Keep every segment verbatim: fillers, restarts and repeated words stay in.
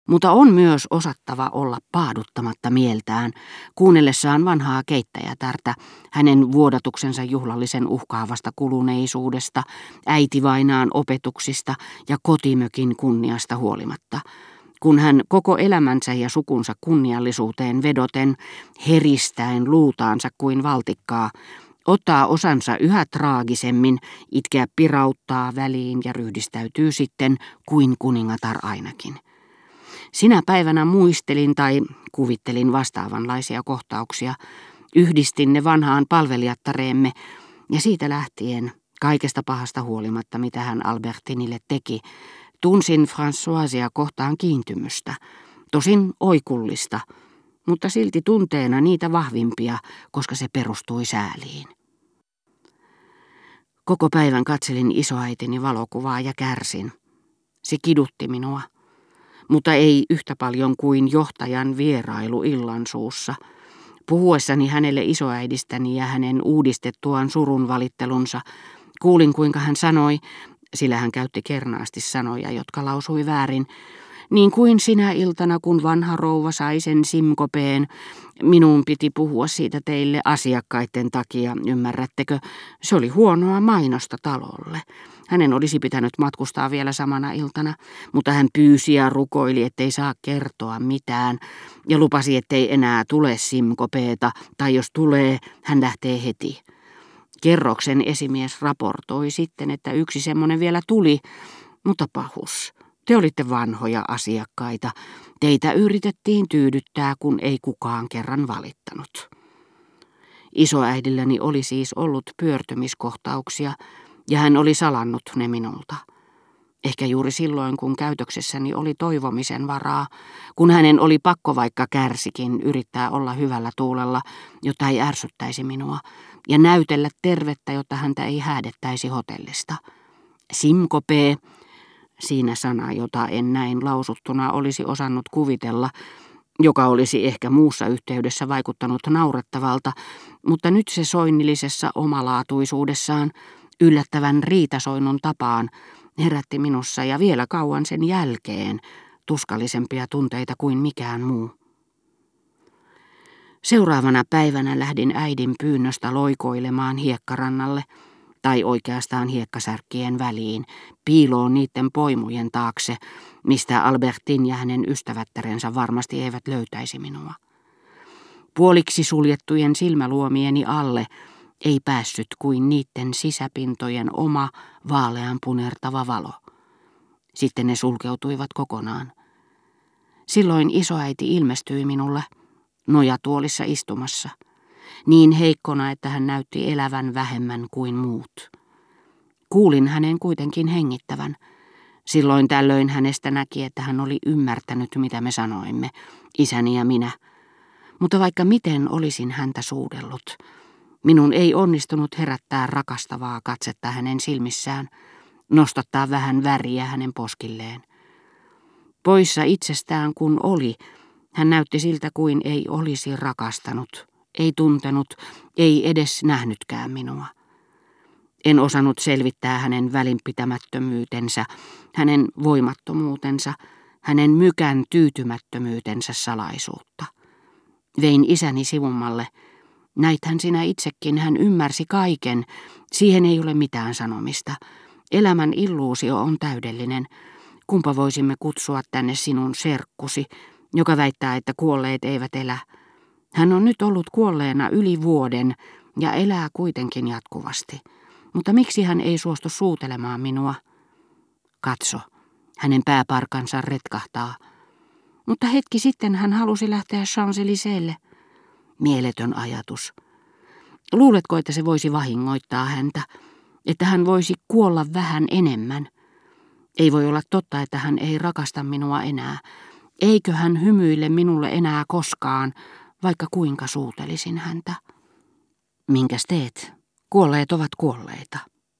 Mutta on myös osattava olla paaduttamatta mieltään, kuunnellessaan vanhaa keittäjätärtä, hänen vuodatuksensa juhlallisen uhkaavasta kuluneisuudesta, äitivainaan opetuksista ja kotimökin kunniasta huolimatta, kun hän koko elämänsä ja sukunsa kunniallisuuteen vedoten, heristäen luutaansa kuin valtikkaa, ottaa osansa yhä traagisemmin, itkeä pirauttaa väliin ja ryhdistäytyy sitten kuin kuningatar ainakin. Sinä päivänä muistelin tai kuvittelin vastaavanlaisia kohtauksia, yhdistin ne vanhaan palvelijattareemme ja siitä lähtien, kaikesta pahasta huolimatta mitä hän Albertinille teki, tunsin Françoisia kohtaan kiintymystä, tosin oikullista, mutta silti tunteena niitä vahvimpia, koska se perustui sääliin. Koko päivän katselin isoäitini valokuvaa ja kärsin. Se kidutti minua, mutta ei yhtä paljon kuin johtajan vierailu illan suussa. Puhuessani hänelle isoäidistäni ja hänen uudistettuaan surun valittelunsa, kuulin kuinka hän sanoi, sillä hän käytti kernaasti sanoja, jotka lausui väärin, niin kuin sinä iltana, kun vanha rouva sai sen simkopeen, minun piti puhua siitä teille asiakkaiden takia, ymmärrättekö? Se oli huonoa mainosta talolle. Hänen olisi pitänyt matkustaa vielä samana iltana, mutta hän pyysi ja rukoili, ettei saa kertoa mitään, ja lupasi, ettei enää tule simkopeeta, tai jos tulee, hän lähtee heti. Kerroksen esimies raportoi sitten, että yksi semmoinen vielä tuli, mutta pahus. Te olitte vanhoja asiakkaita. Teitä yritettiin tyydyttää, kun ei kukaan kerran valittanut. Isoäidilläni oli siis ollut pyörtymiskohtauksia, ja hän oli salannut ne minulta. Ehkä juuri silloin, kun käytöksessäni oli toivomisen varaa, kun hänen oli pakko vaikka kärsikin yrittää olla hyvällä tuulella, jotta ei ärsyttäisi minua, ja näytellä tervettä, jotta häntä ei häädettäisi hotellista. Simkopee, siinä sana, jota en näin lausuttuna olisi osannut kuvitella, joka olisi ehkä muussa yhteydessä vaikuttanut naurettavalta, mutta nyt se soinnillisessa omalaatuisuudessaan, yllättävän riitasoinnun tapaan, herätti minussa ja vielä kauan sen jälkeen tuskallisempia tunteita kuin mikään muu. Seuraavana päivänä lähdin äidin pyynnöstä loikoilemaan hiekkarannalle, tai oikeastaan hiekkasärkkien väliin, piiloon niiden poimujen taakse, mistä Albertin ja hänen ystävättärensä varmasti eivät löytäisi minua. Puoliksi suljettujen silmäluomieni alle ei päässyt kuin niiden sisäpintojen oma vaalean punertava valo. Sitten ne sulkeutuivat kokonaan. Silloin isoäiti ilmestyi minulle, nojatuolissa istumassa, niin heikkona, että hän näytti elävän vähemmän kuin muut. Kuulin hänen kuitenkin hengittävän. Silloin tällöin hänestä näki, että hän oli ymmärtänyt, mitä me sanoimme, isäni ja minä. Mutta vaikka miten olisin häntä suudellut, minun ei onnistunut herättää rakastavaa katsetta hänen silmissään, nostattaa vähän väriä hänen poskilleen. Poissa itsestään kun oli, hän näytti siltä kuin ei olisi rakastanut, ei tuntenut, ei edes nähnytkään minua. En osannut selvittää hänen välinpitämättömyytensä, hänen voimattomuutensa, hänen mykän tyytymättömyytensä salaisuutta. Vein isäni sivummalle. Näithän sinä itsekin, hän ymmärsi kaiken, siihen ei ole mitään sanomista. Elämän illuusio on täydellinen. Kumpa voisimme kutsua tänne sinun serkkusi, joka väittää, että kuolleet eivät elä. Hän on nyt ollut kuolleena yli vuoden ja elää kuitenkin jatkuvasti. Mutta miksi hän ei suostu suutelemaan minua? Katso, hänen pääparkansa retkahtaa. Mutta hetki sitten hän halusi lähteä Champs-Élysées'lle. Mieletön ajatus. Luuletko, että se voisi vahingoittaa häntä, että hän voisi kuolla vähän enemmän? Ei voi olla totta, että hän ei rakasta minua enää. Eikö hän hymyile minulle enää koskaan, vaikka kuinka suutelisin häntä? Minkäs teet? Kuolleet ovat kuolleita.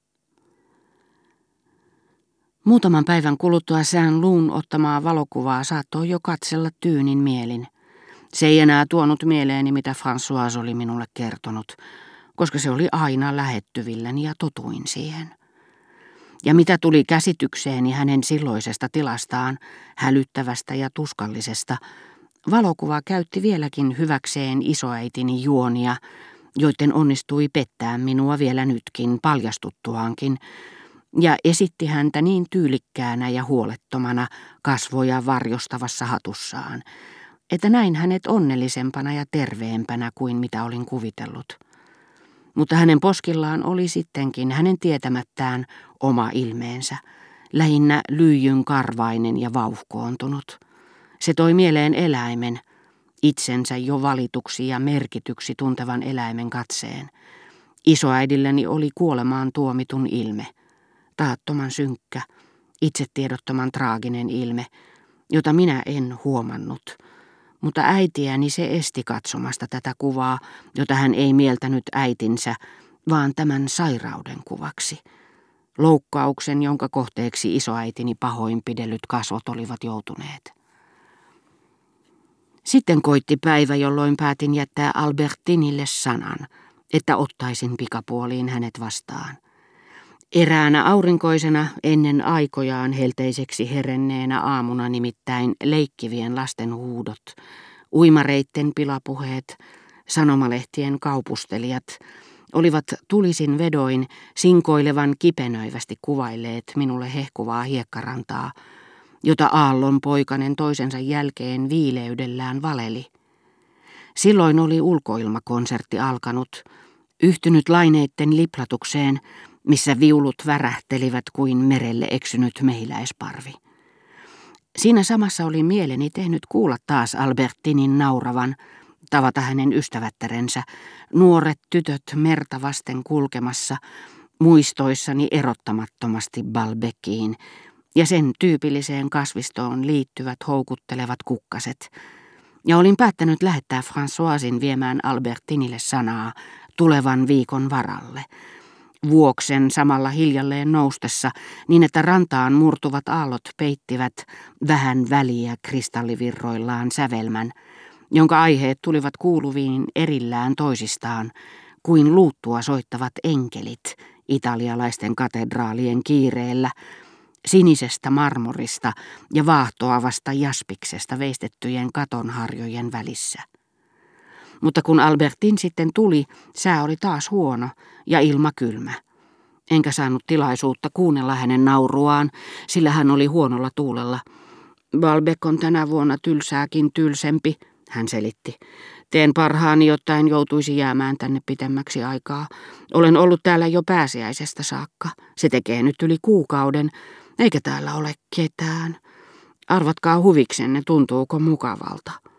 Muutaman päivän kuluttua Saint-Loun ottamaa valokuvaa saattoi jo katsella tyynin mielin. Se ei enää tuonut mieleeni, mitä François oli minulle kertonut, koska se oli aina lähettyvilläni ja totuin siihen. Ja mitä tuli käsitykseeni hänen silloisesta tilastaan, hälyttävästä ja tuskallisesta, valokuva käytti vieläkin hyväkseen isoäitini juonia, joiden onnistui pettää minua vielä nytkin paljastuttuaankin, ja esitti häntä niin tyylikkäänä ja huolettomana kasvoja varjostavassa hatussaan, että näin hänet onnellisempana ja terveempänä kuin mitä olin kuvitellut. Mutta hänen poskillaan oli sittenkin hänen tietämättään oma ilmeensä, lähinnä lyijyn karvainen ja vauhkoontunut. Se toi mieleen eläimen, itsensä jo valituksi ja merkityksi tuntevan eläimen katseen. Isoäidilläni oli kuolemaan tuomitun ilme, tahattoman synkkä, itsetiedottoman traaginen ilme, jota minä en huomannut. Mutta äitiäni se esti katsomasta tätä kuvaa, jota hän ei mieltänyt äitinsä, vaan tämän sairauden kuvaksi. Loukkauksen, jonka kohteeksi isoäitini pahoinpidellyt kasvot olivat joutuneet. Sitten koitti päivä, jolloin päätin jättää Albertinille sanan, että ottaisin pikapuoliin hänet vastaan. Eräänä aurinkoisena ennen aikojaan helteiseksi herenneenä aamuna nimittäin leikkivien lasten huudot, uimareitten pilapuheet, sanomalehtien kaupustelijat olivat tulisin vedoin sinkoilevan kipenöivästi kuvailleet minulle hehkuvaa hiekkarantaa, jota aallon poikanen toisensa jälkeen viileydellään valeli. Silloin oli ulkoilmakonsertti alkanut, yhtynyt laineitten liplatukseen, missä viulut värähtelivät kuin merelle eksynyt mehiläisparvi. Siinä samassa oli mieleni tehnyt kuulla taas Albertinin nauravan, tavata hänen ystävättärensä, nuoret tytöt merta vasten kulkemassa, muistoissani erottamattomasti Balbeckiin, ja sen tyypilliseen kasvistoon liittyvät houkuttelevat kukkaset, ja olin päättänyt lähettää Françoisin viemään Albertinille sanaa tulevan viikon varalle, vuoksen samalla hiljalleen noustessa, niin että rantaan murtuvat aallot peittivät vähän väliä kristallivirroillaan sävelmän, jonka aiheet tulivat kuuluviin erillään toisistaan, kuin luuttua soittavat enkelit italialaisten katedraalien kiireellä, sinisestä marmorista ja vaahtoavasta jaspiksesta veistettyjen katonharjojen välissä. Mutta kun Albertin sitten tuli, sää oli taas huono ja ilma kylmä. Enkä saanut tilaisuutta kuunnella hänen nauruaan, sillä hän oli huonolla tuulella. Balbec on tänä vuonna tylsääkin tylsempi, hän selitti. Teen parhaani, jotta en joutuisi jäämään tänne pitemmäksi aikaa. Olen ollut täällä jo pääsiäisestä saakka. Se tekee nyt yli kuukauden, eikä täällä ole ketään. Arvatkaa huviksenne, tuntuuko mukavalta.